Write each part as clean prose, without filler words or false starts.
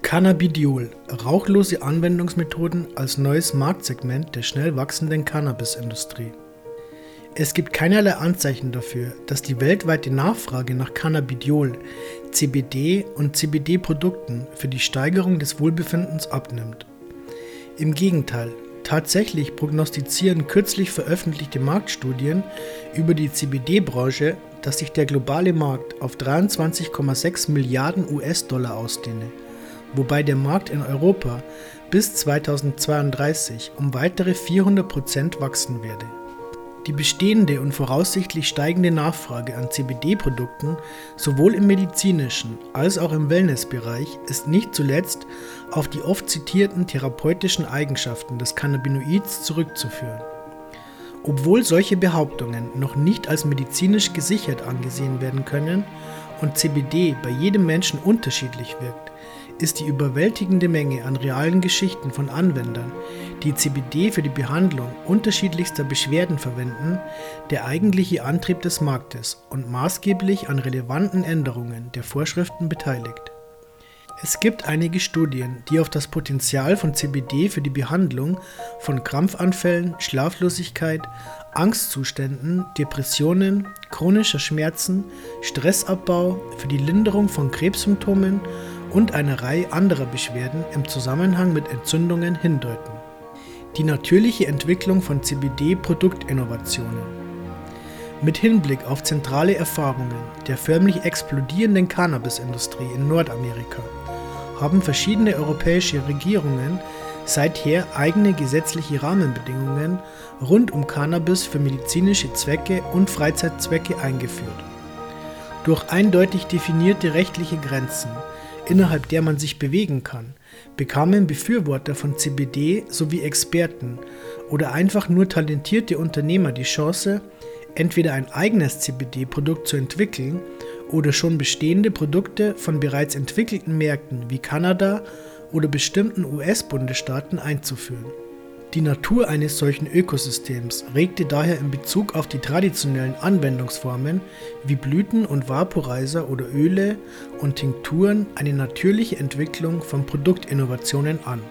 Cannabidiol, rauchlose Anwendungsmethoden als neues Marktsegment der schnell wachsenden Cannabisindustrie. Es gibt keinerlei Anzeichen dafür, dass die weltweite Nachfrage nach Cannabidiol, CBD und CBD-Produkten für die Steigerung des Wohlbefindens abnimmt. Im Gegenteil, tatsächlich prognostizieren kürzlich veröffentlichte Marktstudien über die CBD-Branche, dass sich der globale Markt auf 23,6 Milliarden US-Dollar ausdehne, wobei der Markt in Europa bis 2032 um weitere 400% wachsen werde. Die bestehende und voraussichtlich steigende Nachfrage an CBD-Produkten sowohl im medizinischen als auch im Wellnessbereich ist nicht zuletzt auf die oft zitierten therapeutischen Eigenschaften des Cannabinoids zurückzuführen. Obwohl solche Behauptungen noch nicht als medizinisch gesichert angesehen werden können und CBD bei jedem Menschen unterschiedlich wirkt, ist die überwältigende Menge an realen Geschichten von Anwendern, die CBD für die Behandlung unterschiedlichster Beschwerden verwenden, der eigentliche Antrieb des Marktes und maßgeblich an relevanten Änderungen der Vorschriften beteiligt. Es gibt einige Studien, die auf das Potenzial von CBD für die Behandlung von Krampfanfällen, Schlaflosigkeit, Angstzuständen, Depressionen, chronischer Schmerzen, Stressabbau, für die Linderung von Krebssymptomen und eine Reihe anderer Beschwerden im Zusammenhang mit Entzündungen hindeuten. Die natürliche Entwicklung von CBD-Produktinnovationen. Mit Hinblick auf zentrale Erfahrungen der förmlich explodierenden Cannabisindustrie in Nordamerika haben verschiedene europäische Regierungen seither eigene gesetzliche Rahmenbedingungen rund um Cannabis für medizinische Zwecke und Freizeitzwecke eingeführt. Durch eindeutig definierte rechtliche Grenzen, innerhalb der man sich bewegen kann, bekamen Befürworter von CBD sowie Experten oder einfach nur talentierte Unternehmer die Chance, entweder ein eigenes CBD-Produkt zu entwickeln oder schon bestehende Produkte von bereits entwickelten Märkten wie Kanada oder bestimmten US-Bundesstaaten einzuführen. Die Natur eines solchen Ökosystems regte daher in Bezug auf die traditionellen Anwendungsformen wie Blüten und Vaporizer oder Öle und Tinkturen eine natürliche Entwicklung von Produktinnovationen an.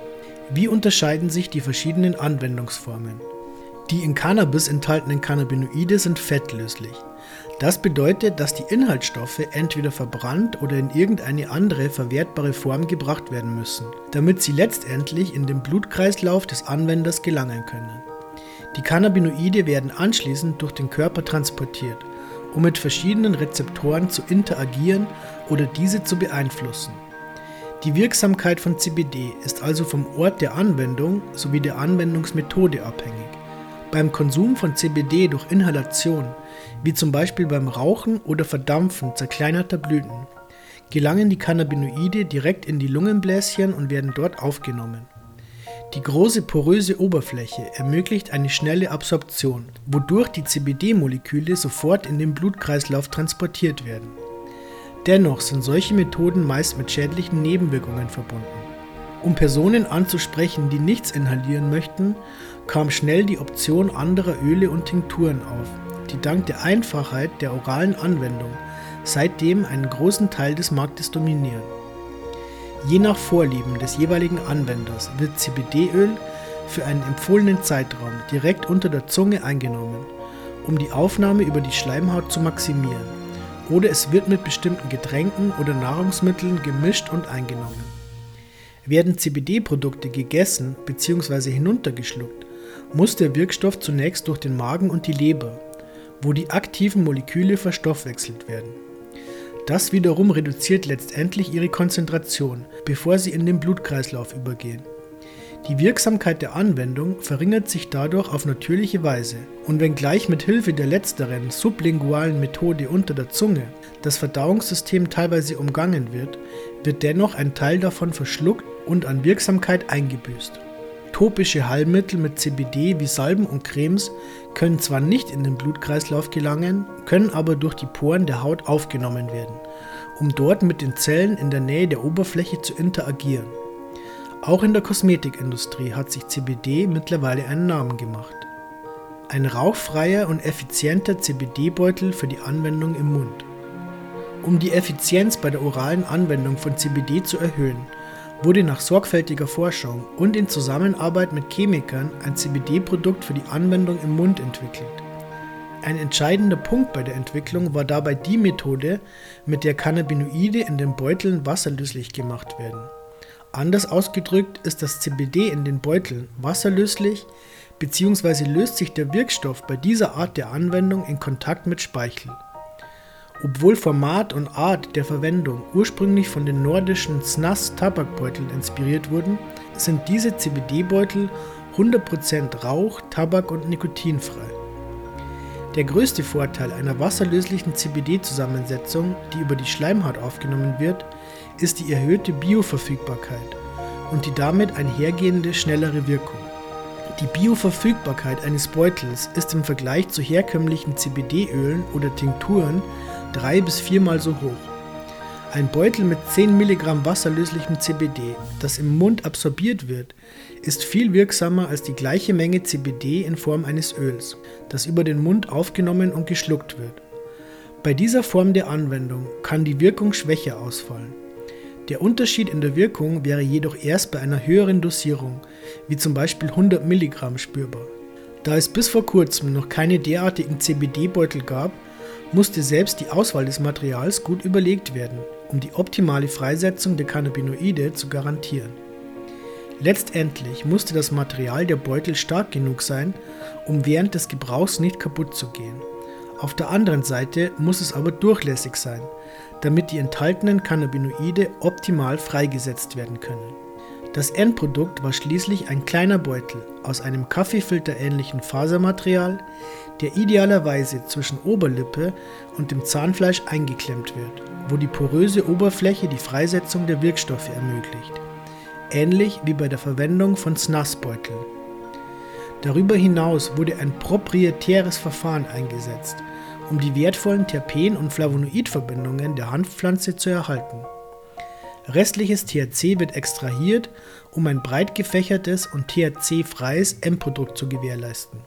Wie unterscheiden sich die verschiedenen Anwendungsformen? Die in Cannabis enthaltenen Cannabinoide sind fettlöslich. Das bedeutet, dass die Inhaltsstoffe entweder verbrannt oder in irgendeine andere verwertbare Form gebracht werden müssen, damit sie letztendlich in den Blutkreislauf des Anwenders gelangen können. Die Cannabinoide werden anschließend durch den Körper transportiert, um mit verschiedenen Rezeptoren zu interagieren oder diese zu beeinflussen. Die Wirksamkeit von CBD ist also vom Ort der Anwendung sowie der Anwendungsmethode abhängig. Beim Konsum von CBD durch Inhalation, wie zum Beispiel beim Rauchen oder Verdampfen zerkleinerter Blüten, gelangen die Cannabinoide direkt in die Lungenbläschen und werden dort aufgenommen. Die große poröse Oberfläche ermöglicht eine schnelle Absorption, wodurch die CBD-Moleküle sofort in den Blutkreislauf transportiert werden. Dennoch sind solche Methoden meist mit schädlichen Nebenwirkungen verbunden. Um Personen anzusprechen, die nichts inhalieren möchten, kam schnell die Option anderer Öle und Tinkturen auf, die dank der Einfachheit der oralen Anwendung seitdem einen großen Teil des Marktes dominieren. Je nach Vorlieben des jeweiligen Anwenders wird CBD-Öl für einen empfohlenen Zeitraum direkt unter der Zunge eingenommen, um die Aufnahme über die Schleimhaut zu maximieren, oder es wird mit bestimmten Getränken oder Nahrungsmitteln gemischt und eingenommen. Werden CBD-Produkte gegessen bzw. hinuntergeschluckt, muss der Wirkstoff zunächst durch den Magen und die Leber, wo die aktiven Moleküle verstoffwechselt werden. Das wiederum reduziert letztendlich ihre Konzentration, bevor sie in den Blutkreislauf übergehen. Die Wirksamkeit der Anwendung verringert sich dadurch auf natürliche Weise und wenngleich mit Hilfe der letzteren sublingualen Methode unter der Zunge das Verdauungssystem teilweise umgangen wird, wird dennoch ein Teil davon verschluckt und an Wirksamkeit eingebüßt. Topische Heilmittel mit CBD wie Salben und Cremes können zwar nicht in den Blutkreislauf gelangen, können aber durch die Poren der Haut aufgenommen werden, um dort mit den Zellen in der Nähe der Oberfläche zu interagieren. Auch in der Kosmetikindustrie hat sich CBD mittlerweile einen Namen gemacht. Ein rauchfreier und effizienter CBD-Beutel für die Anwendung im Mund. Um die Effizienz bei der oralen Anwendung von CBD zu erhöhen, wurde nach sorgfältiger Forschung und in Zusammenarbeit mit Chemikern ein CBD-Produkt für die Anwendung im Mund entwickelt. Ein entscheidender Punkt bei der Entwicklung war dabei die Methode, mit der Cannabinoide in den Beuteln wasserlöslich gemacht werden. Anders ausgedrückt ist das CBD in den Beuteln wasserlöslich bzw. löst sich der Wirkstoff bei dieser Art der Anwendung in Kontakt mit Speichel. Obwohl Format und Art der Verwendung ursprünglich von den nordischen Snus-Tabakbeuteln inspiriert wurden, sind diese CBD-Beutel 100% rauch-, tabak- und nikotinfrei. Der größte Vorteil einer wasserlöslichen CBD-Zusammensetzung, die über die Schleimhaut aufgenommen wird, ist die erhöhte Bioverfügbarkeit und die damit einhergehende schnellere Wirkung. Die Bioverfügbarkeit eines Beutels ist im Vergleich zu herkömmlichen CBD-Ölen oder Tinkturen 3- bis 4-mal so hoch. Ein Beutel mit 10 Milligramm wasserlöslichem CBD, das im Mund absorbiert wird, ist viel wirksamer als die gleiche Menge CBD in Form eines Öls, das über den Mund aufgenommen und geschluckt wird. Bei dieser Form der Anwendung kann die Wirkung schwächer ausfallen. Der Unterschied in der Wirkung wäre jedoch erst bei einer höheren Dosierung, wie zum Beispiel 100 Milligramm, spürbar. Da es bis vor kurzem noch keine derartigen CBD-Beutel gab, musste selbst die Auswahl des Materials gut überlegt werden, um die optimale Freisetzung der Cannabinoide zu garantieren. Letztendlich musste das Material der Beutel stark genug sein, um während des Gebrauchs nicht kaputt zu gehen. Auf der anderen Seite muss es aber durchlässig sein, damit die enthaltenen Cannabinoide optimal freigesetzt werden können. Das Endprodukt war schließlich ein kleiner Beutel aus einem Kaffeefilter-ähnlichen Fasermaterial, der idealerweise zwischen Oberlippe und dem Zahnfleisch eingeklemmt wird, wo die poröse Oberfläche die Freisetzung der Wirkstoffe ermöglicht. Ähnlich wie bei der Verwendung von Snus-Beuteln. Darüber hinaus wurde ein proprietäres Verfahren eingesetzt, um die wertvollen Terpen- und Flavonoidverbindungen der Hanfpflanze zu erhalten. Restliches THC wird extrahiert, um ein breit gefächertes und THC-freies Endprodukt zu gewährleisten.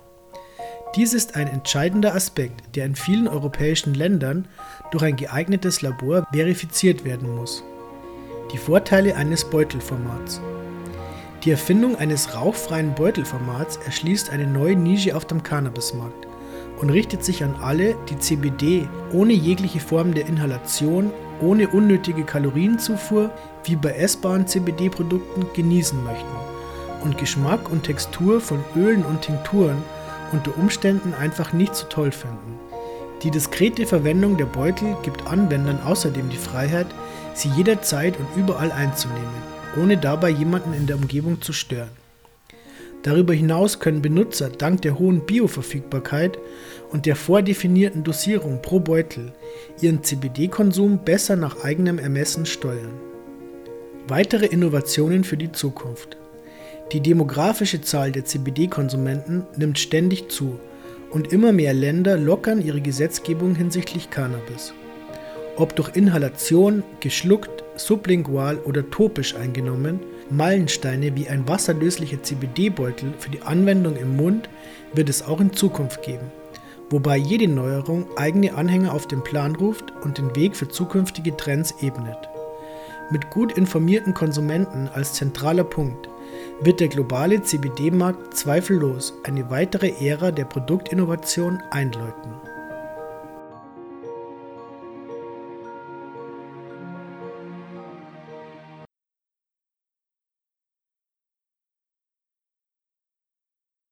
Dies ist ein entscheidender Aspekt, der in vielen europäischen Ländern durch ein geeignetes Labor verifiziert werden muss. Die Vorteile eines Beutelformats. Die Erfindung eines rauchfreien Beutelformats erschließt eine neue Nische auf dem Cannabismarkt und richtet sich an alle, die CBD ohne jegliche Form der Inhalation, ohne unnötige Kalorienzufuhr, wie bei essbaren CBD-Produkten, genießen möchten und Geschmack und Textur von Ölen und Tinkturen unter Umständen einfach nicht so toll finden. Die diskrete Verwendung der Beutel gibt Anwendern außerdem die Freiheit, sie jederzeit und überall einzunehmen, ohne dabei jemanden in der Umgebung zu stören. Darüber hinaus können Benutzer dank der hohen Bioverfügbarkeit und der vordefinierten Dosierung pro Beutel ihren CBD-Konsum besser nach eigenem Ermessen steuern. Weitere Innovationen für die Zukunft. Die demografische Zahl der CBD-Konsumenten nimmt ständig zu und immer mehr Länder lockern ihre Gesetzgebung hinsichtlich Cannabis. Ob durch Inhalation, geschluckt, sublingual oder topisch eingenommen, Meilensteine wie ein wasserlöslicher CBD-Beutel für die Anwendung im Mund wird es auch in Zukunft geben, wobei jede Neuerung eigene Anhänger auf den Plan ruft und den Weg für zukünftige Trends ebnet. Mit gut informierten Konsumenten als zentraler Punkt wird der globale CBD-Markt zweifellos eine weitere Ära der Produktinnovation einläuten.